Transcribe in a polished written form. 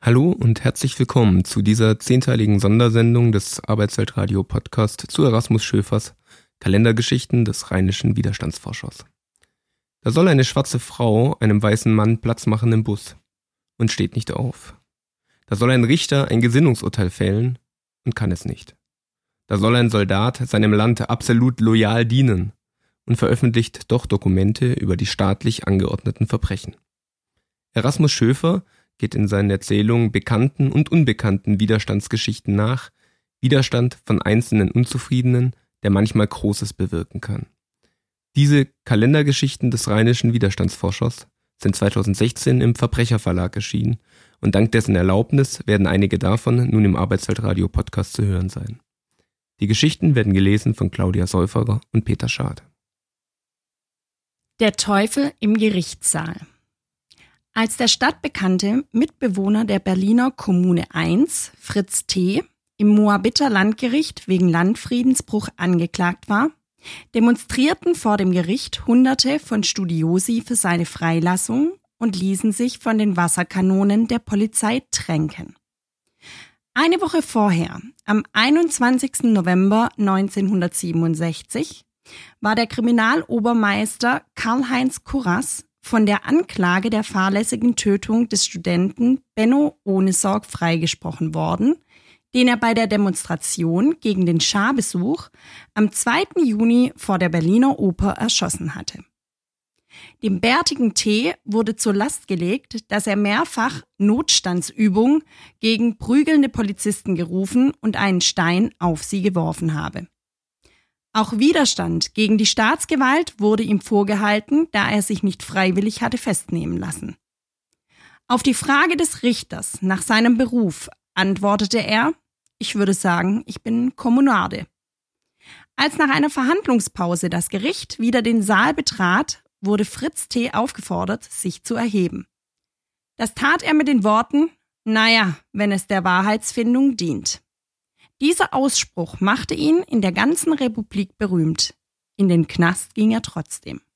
Hallo und herzlich willkommen zu dieser 10-teiligen Sondersendung des Arbeitsweltradio-Podcast zu Erasmus Schöfers Kalendergeschichten des rheinischen Widerstandsforschers. Da soll eine schwarze Frau einem weißen Mann Platz machen im Bus und steht nicht auf. Da soll ein Richter ein Gesinnungsurteil fällen und kann es nicht. Da soll ein Soldat seinem Land absolut loyal dienen und veröffentlicht doch Dokumente über die staatlich angeordneten Verbrechen. Erasmus Schöfer geht in seinen Erzählungen bekannten und unbekannten Widerstandsgeschichten nach, Widerstand von einzelnen Unzufriedenen, der manchmal Großes bewirken kann. Diese Kalendergeschichten des rheinischen Widerstandsforschers sind 2016 im Verbrecherverlag erschienen und dank dessen Erlaubnis werden einige davon nun im Arbeitsweltradio-Podcast zu hören sein. Die Geschichten werden gelesen von Claudia Säuferer und Peter Schad. Der Teufel im Gerichtssaal. Als der stadtbekannte Mitbewohner der Berliner Kommune 1, Fritz T., im Moabiter Landgericht wegen Landfriedensbruch angeklagt war, demonstrierten vor dem Gericht Hunderte von Studiosi für seine Freilassung und ließen sich von den Wasserkanonen der Polizei tränken. Eine Woche vorher, am 21. November 1967, war der Kriminalobermeister Karl-Heinz Kurras von der Anklage der fahrlässigen Tötung des Studenten Benno Ohnesorg freigesprochen worden, den er bei der Demonstration gegen den Scharbesuch am 2. Juni vor der Berliner Oper erschossen hatte. Dem bärtigen T. wurde zur Last gelegt, dass er mehrfach Notstandsübung gegen prügelnde Polizisten gerufen und einen Stein auf sie geworfen habe. Auch Widerstand gegen die Staatsgewalt wurde ihm vorgehalten, da er sich nicht freiwillig hatte festnehmen lassen. Auf die Frage des Richters nach seinem Beruf antwortete er: Ich würde sagen, ich bin Kommunarde. Als nach einer Verhandlungspause das Gericht wieder den Saal betrat, wurde Fritz T. aufgefordert, sich zu erheben. Das tat er mit den Worten: Naja, wenn es der Wahrheitsfindung dient. Dieser Ausspruch machte ihn in der ganzen Republik berühmt. In den Knast ging er trotzdem.